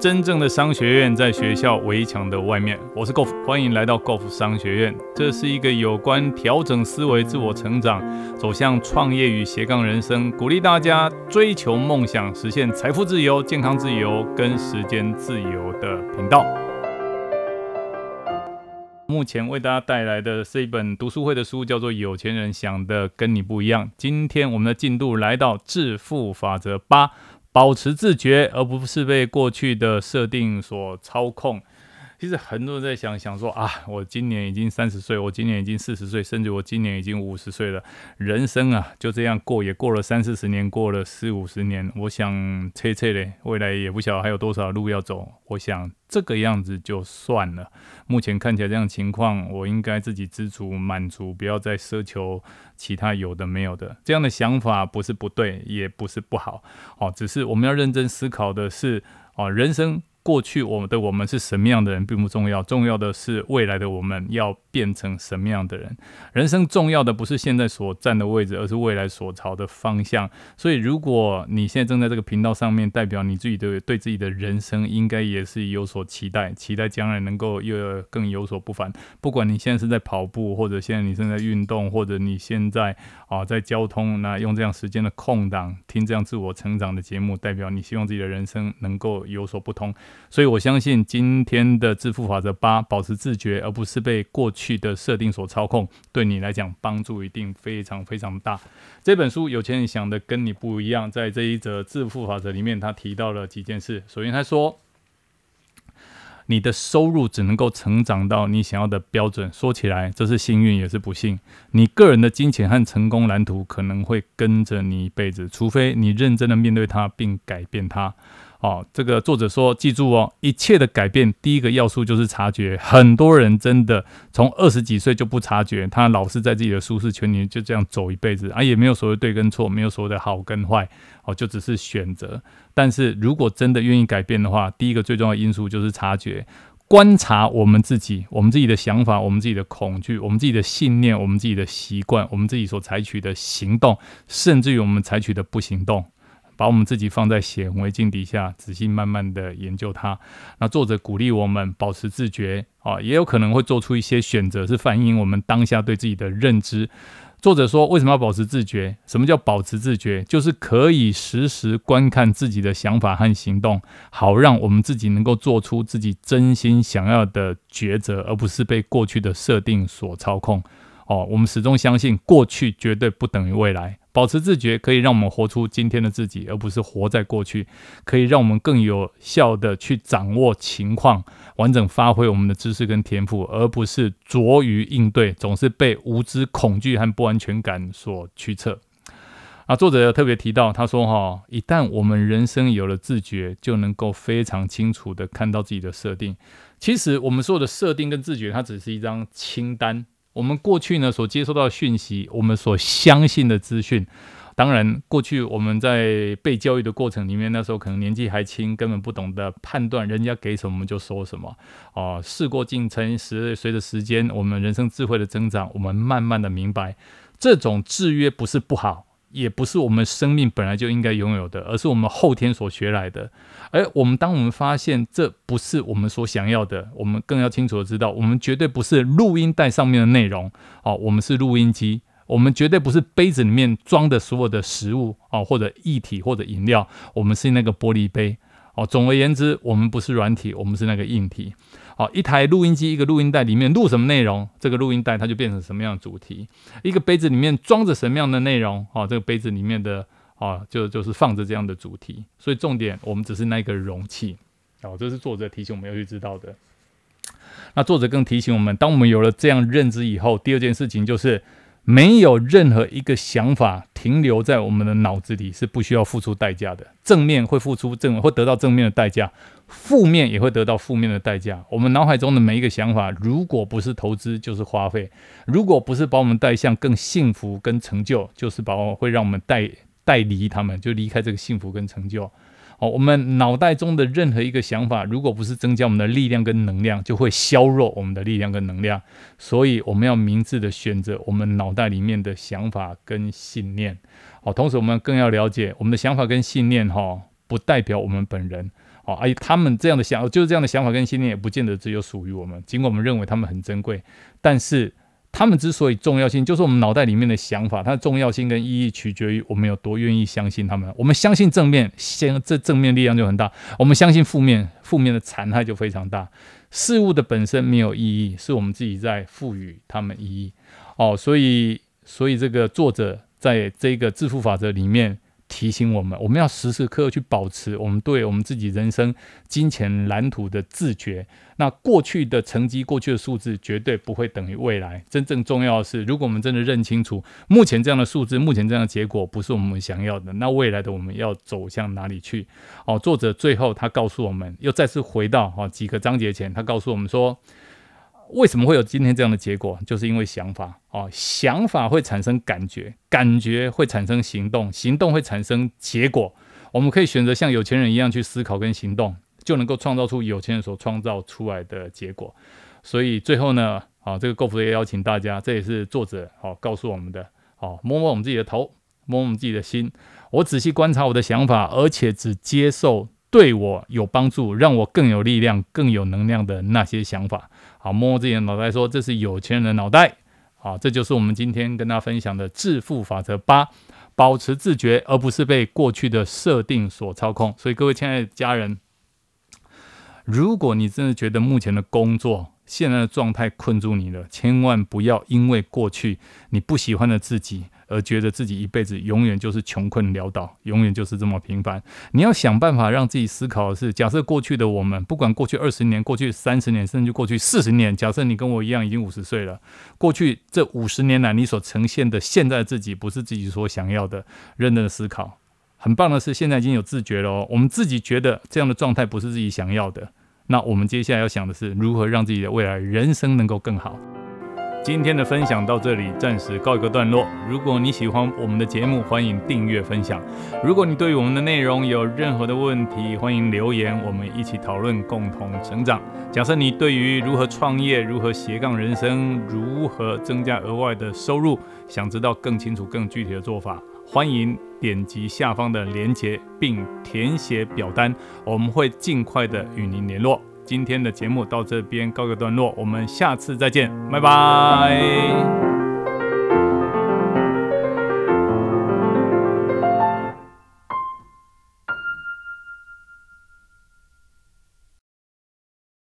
真正的商学院在学校围墙的外面。我是 Golf， 欢迎来到 Golf 商学院。这是一个有关调整思维、自我成长、走向创业与斜杠人生，鼓励大家追求梦想、实现财富自由、健康自由跟时间自由的频道。目前为大家带来的是一本读书会的书，叫做《有钱人想的跟你不一样》。今天我们的进度来到致富法则8，保持自觉，而不是被过去的设定所操控。其实很多人在想说啊，我今年已经30岁，我今年已经40岁，甚至我今年已经50岁了，人生啊就这样过，也过了30-40年，过了40-50年，我想切嘞，未来也不晓得还有多少路要走。我想这个样子就算了，目前看起来这样的情况，我应该自己知足满足，不要再奢求其他有的没有的。这样的想法不是不对，也不是不好，只是我们要认真思考的是，人生过去我们是什么样的人并不重要，重要的是未来的我们要变成什么样的人。人生重要的不是现在所站的位置，而是未来所朝的方向。所以如果你现在正在这个频道上面，代表你自己对自己的人生应该也是有所期待将来能够更有所不凡。不管你现在是在跑步，或者现在你正在运动，或者你现在在交通，那用这样时间的空档听这样自我成长的节目，代表你希望自己的人生能够有所不同。所以我相信今天的致富法则8，保持自觉，而不是被过去的设定所操控，对你来讲帮助一定非常非常大。这本书有钱人想的跟你不一样，在这一则致富法则里面，他提到了几件事。首先他说，你的收入只能够成长到你想要的标准，说起来这是幸运也是不幸。你个人的金钱和成功蓝图可能会跟着你一辈子，除非你认真的面对它并改变它。这个作者说，记住一切的改变第一个要素就是察觉。很多人真的从20几岁就不察觉，他老是在自己的舒适圈里就这样走一辈子也没有所谓对跟错，没有所谓的好跟坏，就只是选择。但是如果真的愿意改变的话，第一个最重要的因素就是察觉，观察我们自己的想法，我们自己的恐惧，我们自己的信念，我们自己的习惯，我们自己所采取的行动，甚至于我们采取的不行动，把我们自己放在显微镜底下，仔细慢慢的研究它。那作者鼓励我们保持自觉，也有可能会做出一些选择，是反映我们当下对自己的认知。作者说，为什么要保持自觉？什么叫保持自觉？就是可以时时观看自己的想法和行动，好让我们自己能够做出自己真心想要的抉择，而不是被过去的设定所操控。我们始终相信过去绝对不等于未来。保持自觉可以让我们活出今天的自己，而不是活在过去，可以让我们更有效的去掌握情况，完整发挥我们的知识跟天赋，而不是拙于应对，总是被无知、恐惧和不安全感所驱策。作者有特别提到，他说一旦我们人生有了自觉，就能够非常清楚的看到自己的设定。其实我们所有的设定跟自觉，它只是一张清单。我们过去呢所接收到的讯息，我们所相信的资讯，当然过去我们在被教育的过程里面，那时候可能年纪还轻，根本不懂得判断人家给什么我们就说什么。事过境迁，随着时间，我们人生智慧的增长，我们慢慢的明白，这种制约不是不好，也不是我们生命本来就应该拥有的，而是我们后天所学来的。而当我们发现这不是我们所想要的，我们更要清楚的知道，我们绝对不是录音带上面的内容，我们是录音机。我们绝对不是杯子里面装的所有的食物，或者液体或者饮料，我们是那个玻璃杯。总而言之，我们不是软体，我们是那个硬体。一台录音机，一个录音带里面录什么内容，这个录音带它就变成什么样的主题。一个杯子里面装着什么样的内容，这个杯子里面的就是放着这样的主题。所以重点，我们只是那个容器。这是作者提醒我们要去知道的。那作者更提醒我们，当我们有了这样认知以后，第二件事情就是没有任何一个想法停留在我们的脑子里是不需要付出代价的。正面会得到正面的代价，负面也会得到负面的代价。我们脑海中的每一个想法，如果不是投资，就是花费；如果不是把我们带向更幸福跟成就，就是会让我们带离他们，就离开这个幸福跟成就。我们脑袋中的任何一个想法，如果不是增加我们的力量跟能量，就会削弱我们的力量跟能量。所以我们要明智的选择我们脑袋里面的想法跟信念。同时我们更要了解，我们的想法跟信念不代表我们本人。 他们这样的就是这样的想法跟信念也不见得只有属于我们，尽管我们认为他们很珍贵，但是他们之所以重要性，就是我们脑袋里面的想法，它的重要性跟意义取决于我们有多愿意相信他们。我们相信正面，这正面力量就很大；我们相信负面的残害就非常大。事物的本身没有意义，是我们自己在赋予他们意义。所以这个作者在这个致富法则里面提醒我们要时时刻刻去保持我们对我们自己人生金钱蓝图的自觉。那过去的成绩，过去的数字绝对不会等于未来。真正重要的是，如果我们真的认清楚目前这样的数字，目前这样的结果不是我们想要的，那未来的我们要走向哪里去？作者最后他告诉我们，又再次回到几个章节前，他告诉我们说，为什么会有今天这样的结果？就是因为想法，想法会产生感觉，感觉会产生行动，行动会产生结果。我们可以选择像有钱人一样去思考跟行动，就能够创造出有钱人所创造出来的结果。所以最后呢，这个购福也邀请大家，这也是作者告诉我们的，摸摸我们自己的头，摸摸我们自己的心。我仔细观察我的想法，而且只接受对我有帮助，让我更有力量、更有能量的那些想法。摸摸自己的脑袋说，这是有钱人的脑袋。这就是我们今天跟大家分享的致富法则8，保持自觉，而不是被过去的设定所操控。所以各位亲爱的家人，如果你真的觉得目前的工作现在的状态困住你了，千万不要因为过去你不喜欢的自己而觉得自己一辈子永远就是穷困潦倒，永远就是这么平凡。你要想办法让自己思考的是，假设过去的我们，不管过去20年、过去30年，甚至过去40年，假设你跟我一样已经50岁了，过去这50年来你所呈现的现在的自己不是自己所想要的，认真的思考。很棒的是，现在已经有自觉了我们自己觉得这样的状态不是自己想要的，那我们接下来要想的是如何让自己的未来人生能够更好。今天的分享到这里暂时告一个段落。如果你喜欢我们的节目，欢迎订阅分享。如果你对于我们的内容有任何的问题，欢迎留言，我们一起讨论，共同成长。假设你对于如何创业、如何斜杠人生、如何增加额外的收入，想知道更清楚、更具体的做法，欢迎点击下方的连结并填写表单，我们会尽快的与您联络。今天的节目到这边告个段落，我们下次再见，拜拜。